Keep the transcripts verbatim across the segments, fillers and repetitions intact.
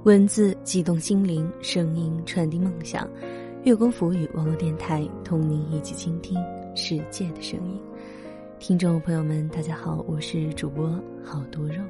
文字激动心灵，声音传递梦想。月光浮语网络电台，同你一起倾听世界的声音。听众朋友们，大家好，我是主播好多肉。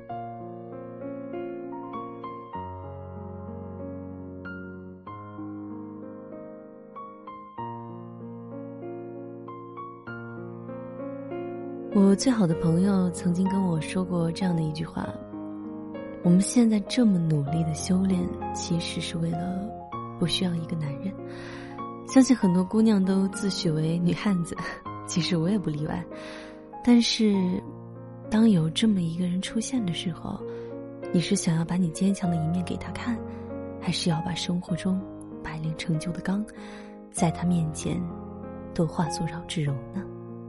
我最好的朋友曾经跟我说过这样的一句话：我们现在这么努力的修炼，其实是为了不需要一个男人。相信很多姑娘都自诩为女汉子，其实我也不例外。但是当有这么一个人出现的时候，你是想要把你坚强的一面给他看，还是要把生活中百炼成就的钢在他面前都化作绕指柔呢？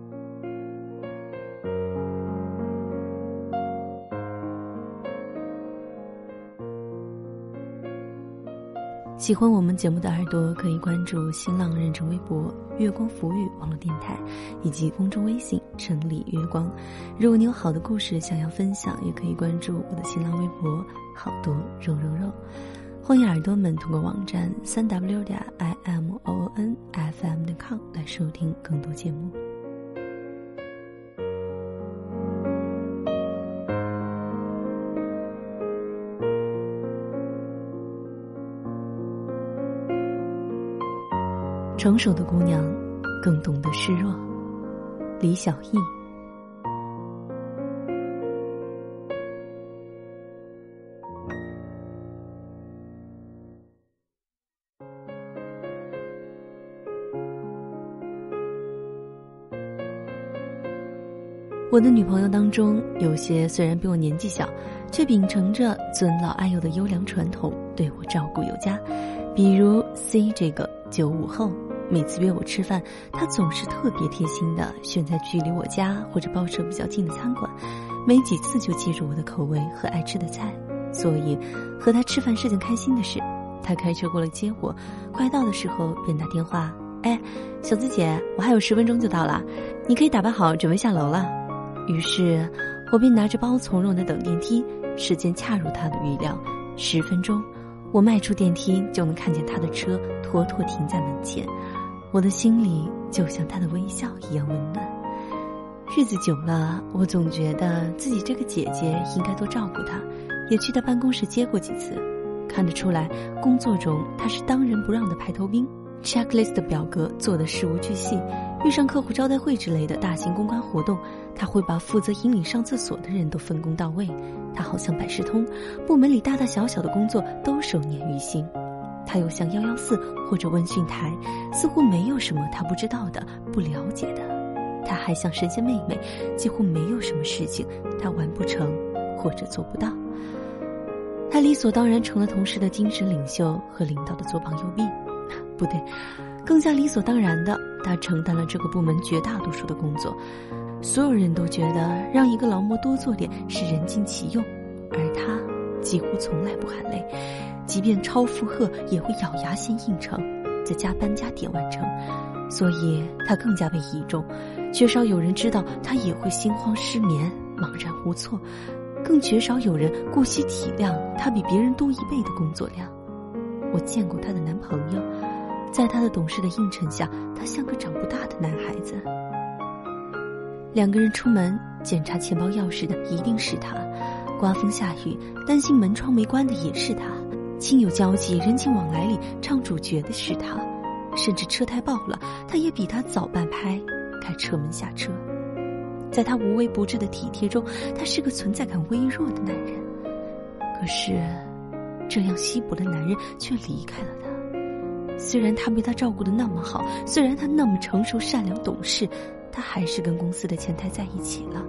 喜欢我们节目的耳朵可以关注新浪认证微博月光浮语网络电台以及公众微信城里月光。如果你有好的故事想要分享，也可以关注我的新浪微博好多肉肉肉。欢迎耳朵们通过网站 三 w 点 i m o o n f m 点 com 来收听更多节目。成熟的姑娘更懂得示弱。李小艺。我的女朋友当中，有些虽然比我年纪小，却秉承着尊老爱幼的优良传统，对我照顾有加。比如 C 这个九五后，每次约我吃饭，他总是特别贴心的选在距离我家或者报社比较近的餐馆，没几次就记住我的口味和爱吃的菜，所以和他吃饭是件开心的事。他开车过来接我，快到的时候便打电话：哎，小资姐，我还有十分钟就到了，你可以打扮好准备下楼了。于是我便拿着包从容的等电梯，时间恰如他的预料，十分钟我迈出电梯就能看见他的车妥妥停在门前，我的心里就像他的微笑一样温暖。日子久了，我总觉得自己这个姐姐应该多照顾他，也去他办公室接过几次。看得出来，工作中他是当仁不让的排头兵， checklist 的表格做得事无巨细，遇上客户招待会之类的大型公关活动，他会把负责引领上厕所的人都分工到位。他好像百事通，部门里大大小小的工作都手拈于心。他又像一一四或者问讯台，似乎没有什么他不知道的、不了解的。他还像神仙妹妹，几乎没有什么事情他完不成或者做不到。他理所当然成了同事的精神领袖和领导的左膀右臂，不对，更加理所当然的，他承担了这个部门绝大多数的工作。所有人都觉得让一个劳模多做点是人尽其用，而他几乎从来不喊累，即便超负荷也会咬牙先应承，再加班加点完成。所以他更加被倚重，缺少有人知道他也会心慌失眠、茫然无措，更缺少有人顾惜体谅他比别人多一倍的工作量。我见过他的男朋友，在他的懂事的映衬下，他像个长不大的男孩子。两个人出门检查钱包钥匙的一定是他，刮风下雨担心门窗没关的也是他，亲友交际人情往来里唱主角的是他，甚至车胎爆了他也比他早半拍开车门下车。在他无微不至的体贴中，他是个存在感微弱的男人。可是这样稀薄的男人却离开了他。虽然他被他照顾得那么好，虽然他那么成熟善良懂事，他还是跟公司的前台在一起了。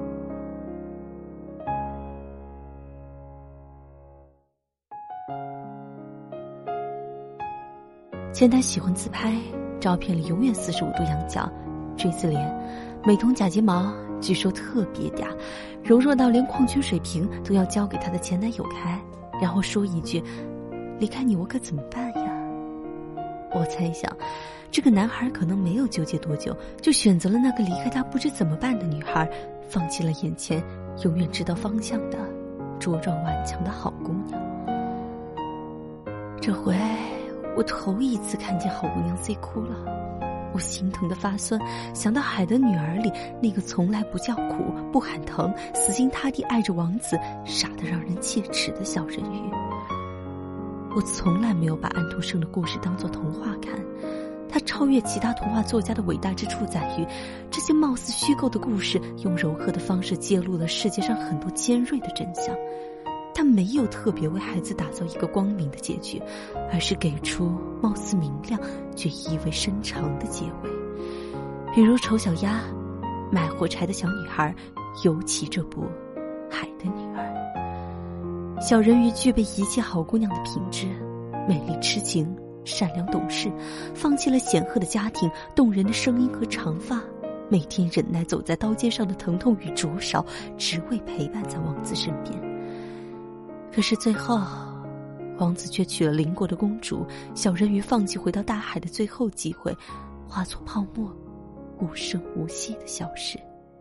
前台喜欢自拍，照片里永远四十五度仰角，锥子脸，美瞳假睫毛，据说特别嗲，柔弱到连矿泉水瓶都要交给他的前男友开，然后说一句：离开你我可怎么办呀？我猜想这个男孩可能没有纠结多久，就选择了那个离开他不知怎么办的女孩，放弃了眼前永远知道方向的茁壮顽强的好姑娘。 这回我头一次看见好姑娘 C 哭了，我心疼的发酸，想到海的女儿里那个从来不叫苦不喊疼，死心塌地爱着王子，傻得让人切齿的小人鱼。我从来没有把安徒生的故事当作童话看，他超越其他童话作家的伟大之处在于，这些貌似虚构的故事用柔和的方式揭露了世界上很多尖锐的真相。他没有特别为孩子打造一个光明的结局，而是给出貌似明亮却意味深长的结尾。比如丑小鸭、卖火柴的小女孩，尤其这部《海的女儿》。小人鱼具备一切好姑娘的品质，美丽痴情，善良懂事，放弃了显赫的家庭、动人的声音和长发，每天忍耐走在刀尖上的疼痛与灼烧，只为陪伴在王子身边。可是最后，王子却娶了邻国的公主，小人鱼放弃回到大海的最后机会，化作泡沫，无声无息的消失。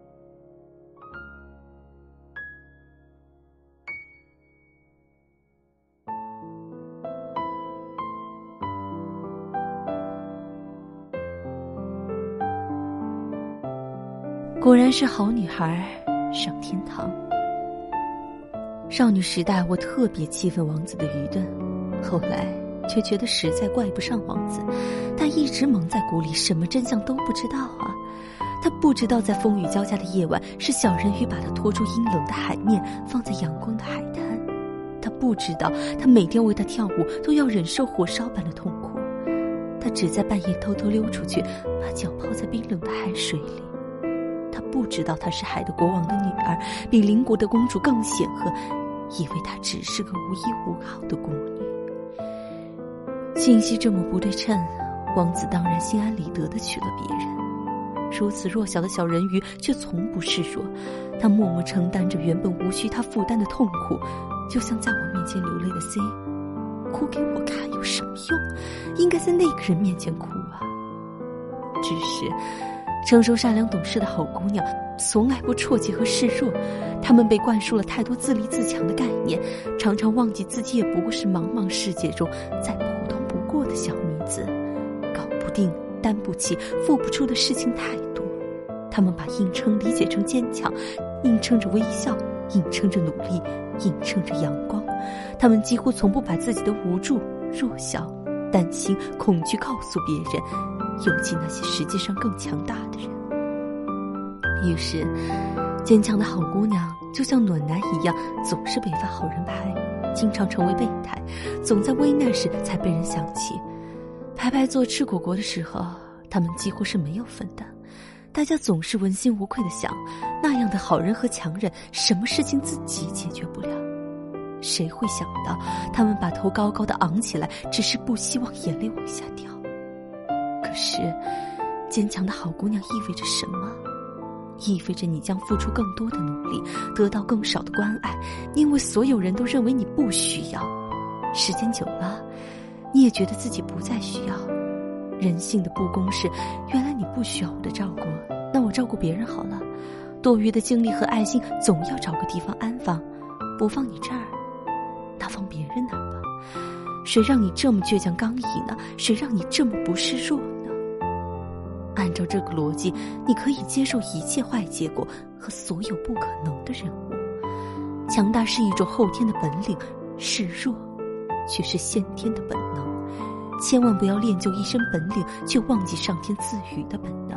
果然是好女孩上天堂。少女时代我特别气愤王子的愚钝，后来却觉得实在怪不上王子，他一直蒙在鼓里，什么真相都不知道啊。他不知道在风雨交加的夜晚，是小人鱼把他拖出阴冷的海面，放在阳光的海滩。他不知道他每天为他跳舞都要忍受火烧般的痛苦。他只在半夜偷偷溜出去，把脚泡在冰冷的海水里。他不知道她是海的国王的女儿，比邻国的公主更显赫，以为她只是个无依无靠的孤女。信息这么不对称，王子当然心安理得地娶了别人。如此弱小的小人鱼却从不示弱，他默默承担着原本无需他负担的痛苦，就像在我面前流泪的 C， 哭给我看有什么用？应该在那个人面前哭啊。只是成熟善良懂事的好姑娘从来不啜泣和示弱，她们被灌输了太多自立自强的概念，常常忘记自己也不过是茫茫世界中再普通不过的小女子，搞不定、担不起、付不出的事情太多。她们把硬撑理解成坚强，硬撑着微笑，硬撑着努力，硬撑着阳光。她们几乎从不把自己的无助、弱小、担心、恐惧告诉别人，尤其那些实际上更强大的人。于是坚强的好姑娘就像暖男一样，总是被发好人牌，经常成为备胎，总在危难时才被人想起。排排坐吃果果的时候，他们几乎是没有分的。大家总是问心无愧地想，那样的好人和强人，什么事情自己解决不了？谁会想到他们把头高高的昂起来，只是不希望眼泪往下掉？可是坚强的好姑娘意味着什么？意味着你将付出更多的努力，得到更少的关爱，因为所有人都认为你不需要。时间久了，你也觉得自己不再需要。人性的不公是，原来你不需要我的照顾，那我照顾别人好了。多余的精力和爱心总要找个地方安放，不放你这儿，那放别人那儿吧。谁让你这么倔强刚毅呢？谁让你这么不示弱呢？按照这个逻辑，你可以接受一切坏结果和所有不可能的任务。强大是一种后天的本领，示弱却是先天的本能。千万不要练就一身本领，却忘记上天赐予的本能。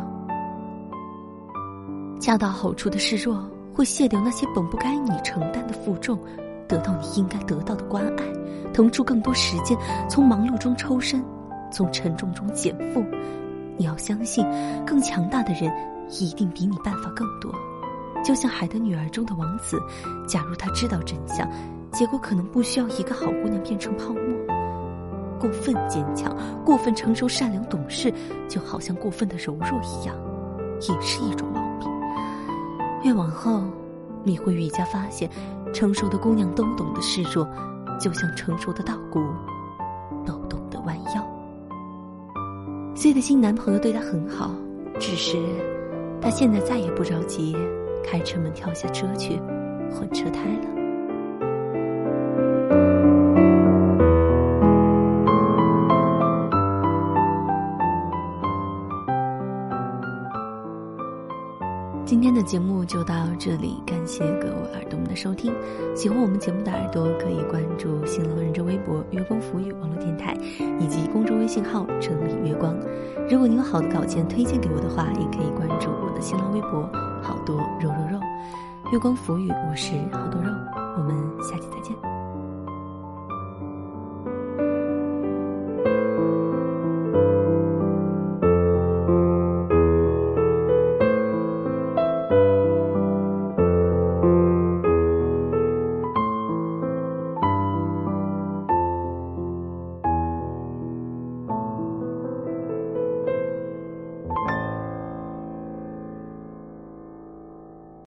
恰到好处的示弱，会卸掉那些本不该你承担的负重，得到你应该得到的关爱，腾出更多时间，从忙碌中抽身，从沉重中减负。你要相信，更强大的人一定比你办法更多。就像《海的女儿》中的王子，假如他知道真相，结果可能不需要一个好姑娘变成泡沫。过分坚强、过分成熟、善良懂事，就好像过分的柔弱一样，也是一种毛病。越往后，你会愈加发现，成熟的姑娘都懂得示弱，就像成熟的稻谷都懂得弯腰。C 的新男朋友对她很好，只是她现在再也不着急开车门跳下车去换车胎了。 今天的节目就到这里，感谢各位耳朵们的收听。喜欢我们节目的耳朵可以关注新浪认证微博月光浮语网络电台以及公众微信号城里月光。如果你有好的稿件推荐给我的话，也可以关注我的新浪微博好多肉肉肉月光浮语，我是好多肉，我们下期再见。